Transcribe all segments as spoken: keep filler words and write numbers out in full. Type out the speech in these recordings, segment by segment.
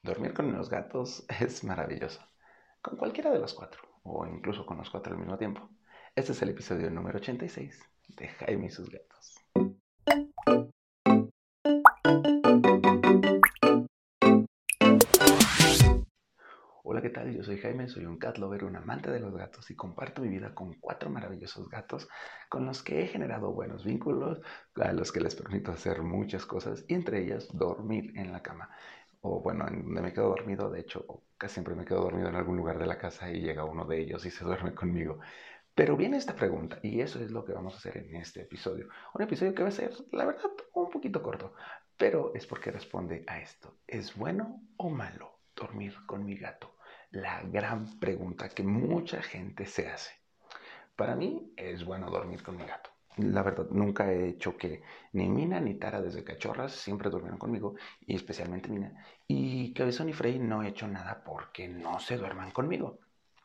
Dormir con los gatos es maravilloso, con cualquiera de los cuatro, o incluso con los cuatro al mismo tiempo. Este es el episodio número ochenta y seis de Jaime y sus gatos. Hola, ¿qué tal? Yo soy Jaime, soy un cat lover, un amante de los gatos y comparto mi vida con cuatro maravillosos gatos con los que he generado buenos vínculos, a los que les permito hacer muchas cosas y entre ellas dormir en la cama. O bueno, en donde me quedo dormido, de hecho, casi siempre me quedo dormido en algún lugar de la casa y llega uno de ellos y se duerme conmigo. Pero viene esta pregunta y eso es lo que vamos a hacer en este episodio. Un episodio que va a ser, la verdad, un poquito corto, pero es porque responde a esto. ¿Es bueno o malo dormir con mi gato? La gran pregunta que mucha gente se hace. Para mí es bueno dormir con mi gato. La verdad, nunca he hecho que ni Mina ni Tara desde cachorras siempre durmieron conmigo, y especialmente Mina. Y Cabezón y Frey no he hecho nada porque no se duerman conmigo.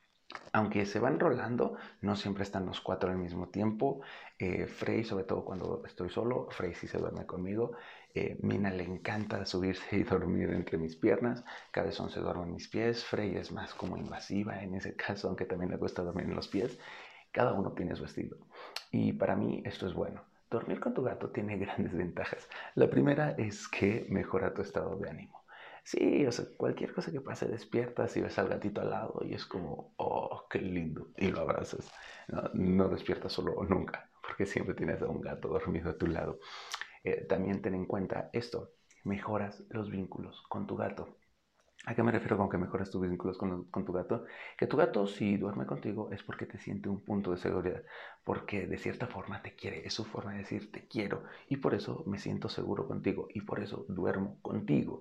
Aunque se van rolando, no siempre están los cuatro al mismo tiempo. Eh, Frey, sobre todo cuando estoy solo, Frey sí se duerme conmigo. Eh, Mina le encanta subirse y dormir entre mis piernas. Cabezón se duerme en mis pies. Frey es más como invasiva en ese caso, aunque también le gusta dormir en los pies. Cada uno tiene su estilo. Y para mí esto es bueno. Dormir con tu gato tiene grandes ventajas. La primera es que mejora tu estado de ánimo. Sí, o sea, cualquier cosa que pase, despiertas y ves al gatito al lado y es como, oh, qué lindo, y lo abrazas. No, no despiertas solo o nunca, porque siempre tienes a un gato dormido a tu lado. Eh, también ten en cuenta esto, mejoras los vínculos con tu gato. ¿A qué me refiero con que mejoras tus vínculos con, con, tu gato? Que tu gato, si duerme contigo, es porque te siente un punto de seguridad, porque de cierta forma te quiere, es su forma de decir te quiero, y por eso me siento seguro contigo, y por eso duermo contigo.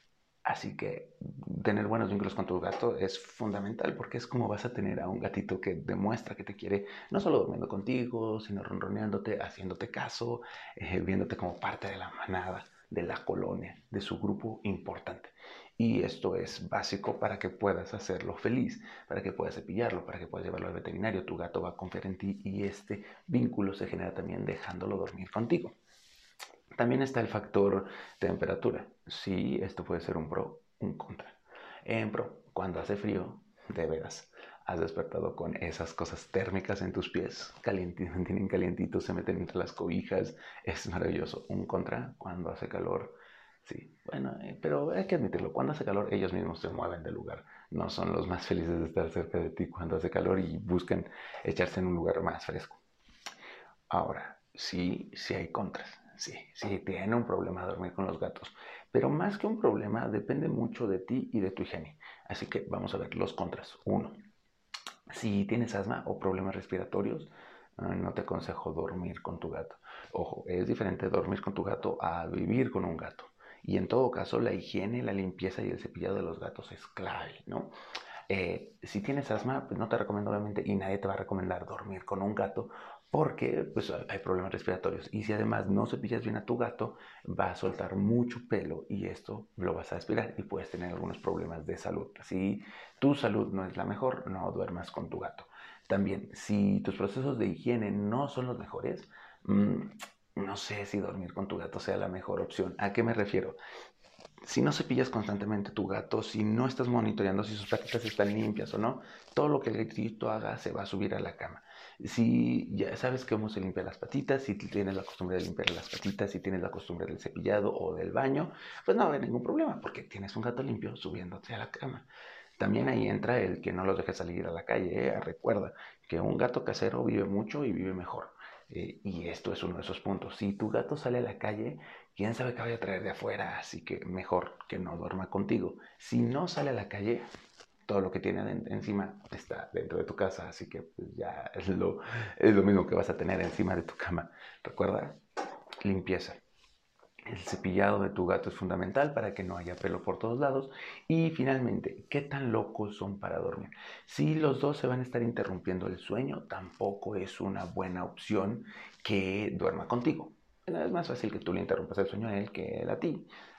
Así que tener buenos vínculos con tu gato es fundamental porque es como vas a tener a un gatito que demuestra que te quiere, no solo durmiendo contigo, sino ronroneándote, haciéndote caso, eh, viéndote como parte de la manada, de la colonia, de su grupo importante. Y esto es básico para que puedas hacerlo feliz, para que puedas cepillarlo, para que puedas llevarlo al veterinario. Tu gato va a confiar en ti y este vínculo se genera también dejándolo dormir contigo. También está el factor temperatura. Sí, esto puede ser un pro, un contra. En pro, cuando hace frío, de veras, has despertado con esas cosas térmicas en tus pies, calientitos, tienen calientitos, se meten entre las cobijas, es maravilloso. Un contra, cuando hace calor, sí, bueno, eh, pero hay que admitirlo, cuando hace calor ellos mismos se mueven del lugar, no son los más felices de estar cerca de ti cuando hace calor y buscan echarse en un lugar más fresco. Ahora, sí, sí hay contras. Sí, sí, tiene un problema dormir con los gatos. Pero más que un problema, depende mucho de ti y de tu higiene. Así que vamos a ver los contras. Uno, si tienes asma o problemas respiratorios, no te aconsejo dormir con tu gato. Ojo, es diferente dormir con tu gato a vivir con un gato. Y en todo caso, la higiene, la limpieza y el cepillado de los gatos es clave, ¿no? Eh, si tienes asma, pues no te recomiendo obviamente y nadie te va a recomendar dormir con un gato porque pues, hay problemas respiratorios. Y si además no cepillas bien a tu gato, va a soltar mucho pelo y esto lo vas a aspirar y puedes tener algunos problemas de salud. Si tu salud no es la mejor, no duermas con tu gato. También, si tus procesos de higiene no son los mejores, mmm, no sé si dormir con tu gato sea la mejor opción. ¿A qué me refiero? Si no cepillas constantemente tu gato, si no estás monitoreando si sus patitas están limpias o no, todo lo que el gatito haga se va a subir a la cama. Si ya sabes cómo se limpia las patitas, si tienes la costumbre de limpiar las patitas, si tienes la costumbre del cepillado o del baño, pues no va a haber ningún problema porque tienes un gato limpio subiéndote a la cama. También ahí entra el que no los dejes salir a la calle. ¿eh? Recuerda que un gato casero vive mucho y vive mejor. Eh, y esto es uno de esos puntos. Si tu gato sale a la calle, quién sabe qué vaya a traer de afuera, así que mejor que no duerma contigo. Si no sale a la calle, todo lo que tiene encima está dentro de tu casa, así que pues, ya es lo, es lo mismo que vas a tener encima de tu cama. Recuerda, limpieza. El cepillado de tu gato es fundamental para que no haya pelo por todos lados. Y finalmente, ¿qué tan locos son para dormir? Si los dos se van a estar interrumpiendo el sueño, tampoco es una buena opción que duerma contigo. Es más fácil que tú le interrumpas el sueño a él que él a ti.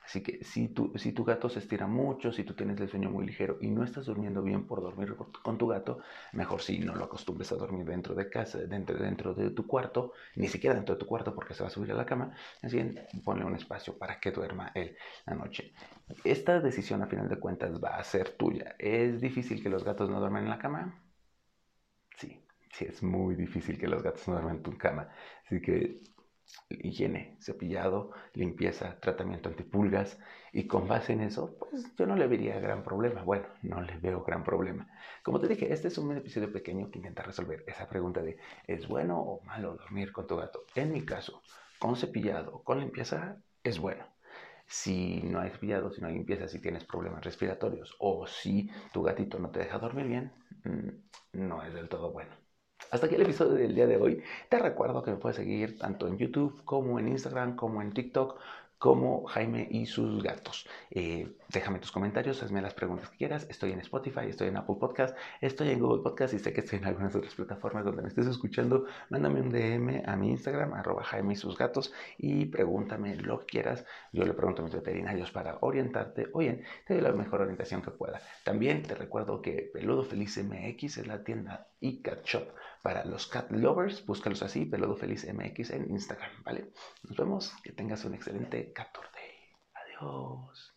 Así que si tu, si tu gato se estira mucho, si tú tienes el sueño muy ligero y no estás durmiendo bien por dormir con tu gato, mejor si no lo acostumbres a dormir dentro de casa, dentro, dentro de tu cuarto, ni siquiera dentro de tu cuarto porque se va a subir a la cama, así bien ponle un espacio para que duerma él la noche. Esta decisión a final de cuentas va a ser tuya. ¿Es difícil que los gatos no duerman en la cama? Sí, sí, es muy difícil que los gatos no duerman en tu cama. Así que higiene, cepillado, limpieza, tratamiento antipulgas y con base en eso, pues yo no le vería gran problema. Bueno, no le veo gran problema. Como te dije, este es un episodio pequeño que intenta resolver esa pregunta de ¿es bueno o malo dormir con tu gato? En mi caso, con cepillado, con limpieza, es bueno. Si no hay cepillado, si no hay limpieza, si tienes problemas respiratorios o si tu gatito no te deja dormir bien, no es del todo bueno. Hasta aquí el episodio del día de hoy. Te recuerdo que me puedes seguir tanto en YouTube como en Instagram, como en TikTok, como Jaime y sus gatos. Eh, déjame tus comentarios, hazme las preguntas que quieras. Estoy en Spotify, estoy en Apple Podcast, estoy en Google Podcast y sé que estoy en algunas otras plataformas donde me estés escuchando. Mándame un D M a mi Instagram, arroba Jaime y sus gatos, y pregúntame lo que quieras. Yo le pregunto a mis veterinarios para orientarte o bien te doy la mejor orientación que pueda. También te recuerdo que Peludo Feliz M X es la tienda y cat shop para los cat lovers. Búscalos así, Peludo Feliz M X en Instagram, ¿vale? Nos vemos, que tengas un excelente cat day. Adiós.